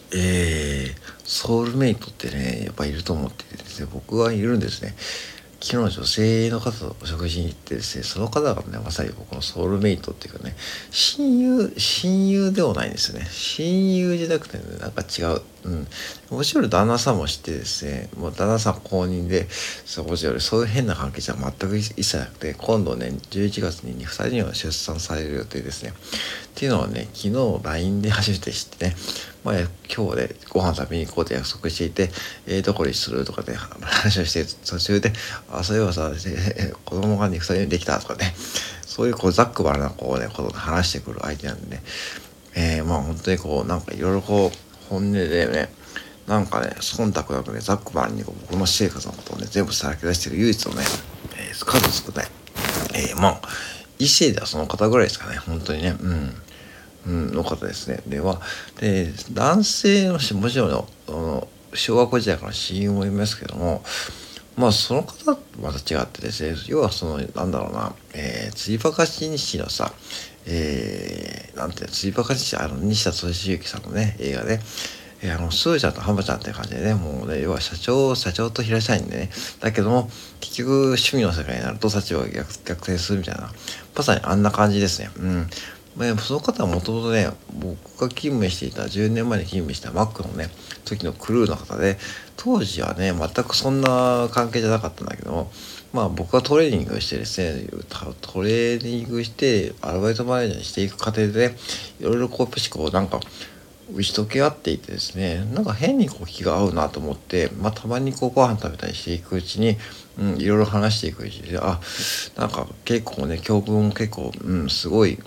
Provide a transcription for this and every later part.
ソウルメイトってね、やっぱいると思っててですね、僕はいるんですね。昨日女性の方とお食事に行ってですね、その方がね、まさに僕のソウルメイトっていうかね、親友ではないんですよね。親友じゃなくてね、なんか違う。もちろん旦那さんも知ってですね、もう旦那さん公認で、もちろんそういう変な関係じゃ全く一切なくて、今度ね、11月に2人は出産される予定ですね。っていうのはね、昨日 LINE で初めて知ってね、今日でご飯食べに行こうって約束していて、どこにするとかで、話をして、途中で、そういえばさ、子供が2人できたとかね、そういうざっくばらなことで話してくる相手なんでね、本当になんかいろいろ本音でね、なんかね、忖度なくね、ざっくばらんに僕の私生活のことをね、全部さらけ出してる唯一のね、数少ない、異性ではその方ぐらいですかね、本当にね、の方ですね。で、男性のもちろん小学校時代から親友もいますけども、その方とまた違ってですね、要はなんだろうな、釣りバカ日誌のさ、なんていうの、釣りバカ日誌、西田敏行さんのね、映画で、スーちゃんとハンバちゃんって感じでね、もうね、要は社長と平社員でね、だけども、結局趣味の世界になると立場が逆転するみたいな、まさにあんな感じですね。その方はもともとね、僕が勤務していた、10年前に勤務したマックのね、時のクルーの方で、当時はね、全くそんな関係じゃなかったんだけども、僕がトレーニングをしてですね、トレーニングして、アルバイトマネージャーにしていく過程でね、いろいろなんか、打ち解け合っていてですね、なんか変に気が合うなと思って、たまにご飯食べたりしていくうちに、いろいろ話していくうちに、なんか結構ね、教訓も結構、すごい、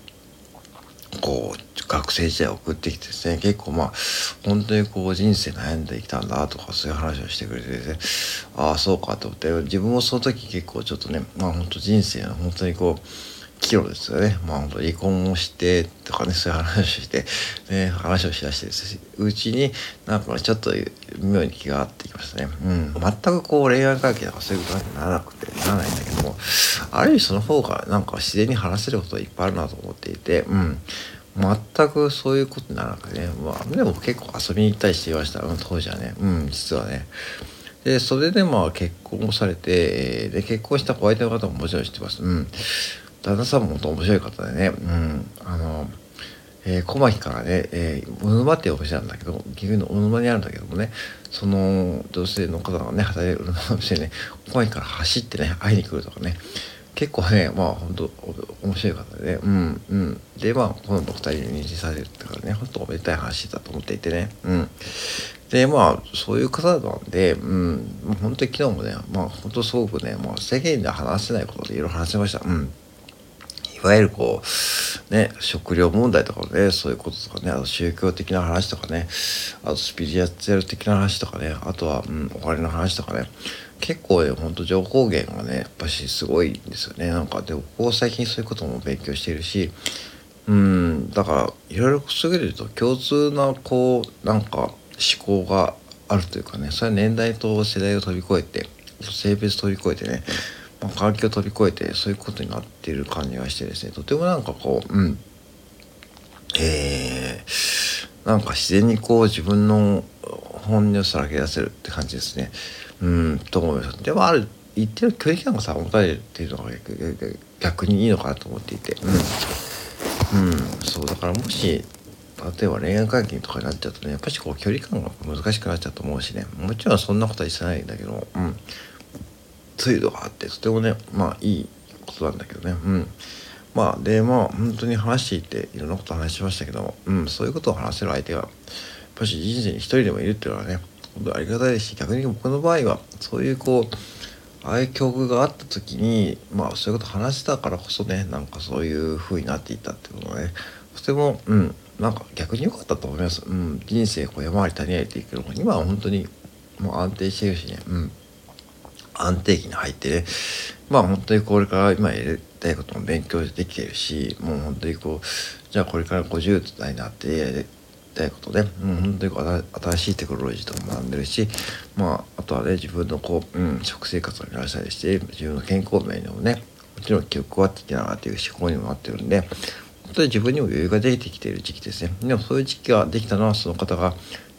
学生時代を送ってきてですね、結構本当に人生悩んできたんだとか、そういう話をしてくれてですね、ああ、そうかと思って、自分もその時結構ちょっとね、本当人生の本当に岐路ですよね。本当離婚をしてとかね、そういう話をして、ね、話をしだしてですね、うちになんかちょっと妙に気が合ってきましたね。全く恋愛関係とかそういうことにならなくて、ならないんだけども、ある意味その方がなんか自然に話せることがいっぱいあるなと思っていて、全くそういうことにならなくてね、でも結構遊びに行ったりしていました、当時はね。実はね。で、それで結婚をされて、で、結婚したお相手の方ももちろん知ってます。旦那さんも本当面白い方でね、小牧からね、小沼っていうお店なんだけど、岐阜の小沼にあるんだけどもね、その女性の方がね、働いてるお店ね、小牧から走ってね、会いに来るとかね、結構ね、本当面白い方でね、で、この二人に認知されるってからね、本当おめでたい話だと思っていてね、で、そういう方なんで、もう本当に昨日もね、本当すごくね、世間では話せないことでいろいろ話しました。いわゆる食料問題とかね、そういうこととかね、あと宗教的な話とかね、あとスピリチュアル的な話とかね、あとは、お金の話とかね、結構ね、ほんと情報源がね、やっぱしすごいんですよね。なんか、で、僕は最近そういうことも勉強しているし、だから、いろいろ過ぎると共通な、なんか思考があるというかね、それは年代と世代を飛び越えて、性別飛び越えてね、環境を飛び越えてそういうことになっている感じがしてですね、とてもなんかなんか自然に自分の本音をさらけ出せるって感じですね。と思います。でも一定の距離感が持たれるっていうのが逆にいいのかなと思っていて、そうだからもし例えば恋愛関係とかになっちゃうとね、やっぱし距離感が難しくなっちゃうと思うしね、もちろんそんなことはしてないんだけど、そういうのがあってとてもね、いいことなんだけどね。本当に話していていろんなこと話しましたけども、そういうことを話せる相手がやっぱし人生に一人でもいるっていうのはね、本当にありがたいですし、逆に僕の場合はそういうああいう境遇があった時にそういうこと話したからこそね、なんかそういう風になっていったっていうのはね、とてもなんか逆に良かったと思います。人生山あり谷ありっていくけども、今は本当にもう安定してるしね、安定期に入ってね、本当にこれから今やりたいことも勉強できているし、もう本当にじゃあこれから50代になってやりたいことで、本当に新しいテクノロジーとか学んでるし、あとはね、自分の食生活を見直したりして、自分の健康面でもね、もちろん記憶はってきながらという思考にもなってるんで、本当に自分にも余裕ができてきている時期ですね。でもそういう時期ができたのはその方が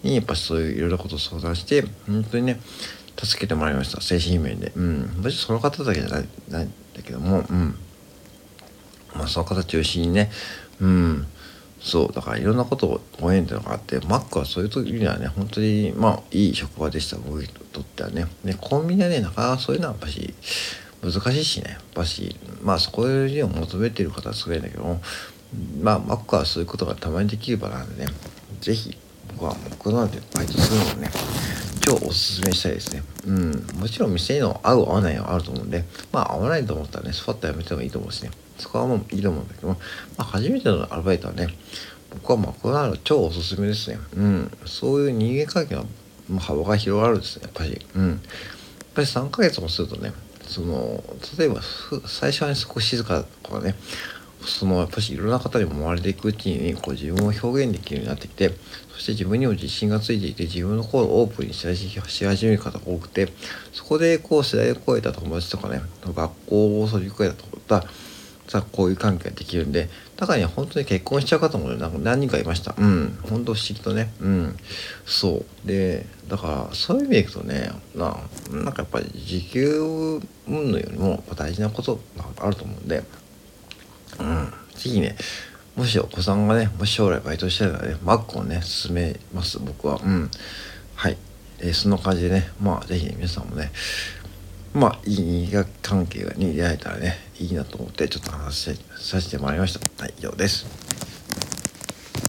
にやっぱそういういろいろなことを相談して本当にね助けてもらいました、精神面で。もちろんその方だけじゃないんだけども、まあその方中心にね、そうだからいろんなことをご縁っていうのがあって、マックはそういう時にはね本当にまあいい職場でした、僕にとってはね。でコンビニはねなかなかそういうのはやっぱし難しいしね、やっぱしまあそこにを求めている方はすごいんだけども、まあマックはそういうことがたまにできる場なんでね、ぜひ僕は僕なんでバイトするのをね超おすすめしたいですね。もちろん店の合う合わないはあると思うんで、まあ合わないと思ったらねスパッとやめてもいいと思うしね、そこはもういいと思うんだけども、まあ初めてのアルバイトはね僕はまあこれなら超おすすめですね。そういう人間関係はまあ幅が広がるんですね、やっぱり。やっぱり3ヶ月もするとね、例えば最初はね少し静かとかね、やっぱしいろんな方にも回れていくうちにこう自分を表現できるようになってきて、そして自分にも自信がついていて自分の声をオープンにし始める方が多くて、そこでこう世代を超えた友達とかね、学校を飛び越えたとかこういう関係ができるんで、中には本当に結婚しちゃう方も、ね、なんか何人かいました。本当不思議とね。そうでだからそういう意味でいくとね、なんかやっぱり時給云々よりも大事なことがあると思うんで、ぜひね、もしお子さんがね、もし将来バイトしてたらね、マックをね、勧めます、僕は。はい。そんな感じでね、まあ、ぜひ、皆さんもね、まあ、いい人間関係に出会えたらね、いいなと思って、ちょっと話させてもらいました。はい、以上です。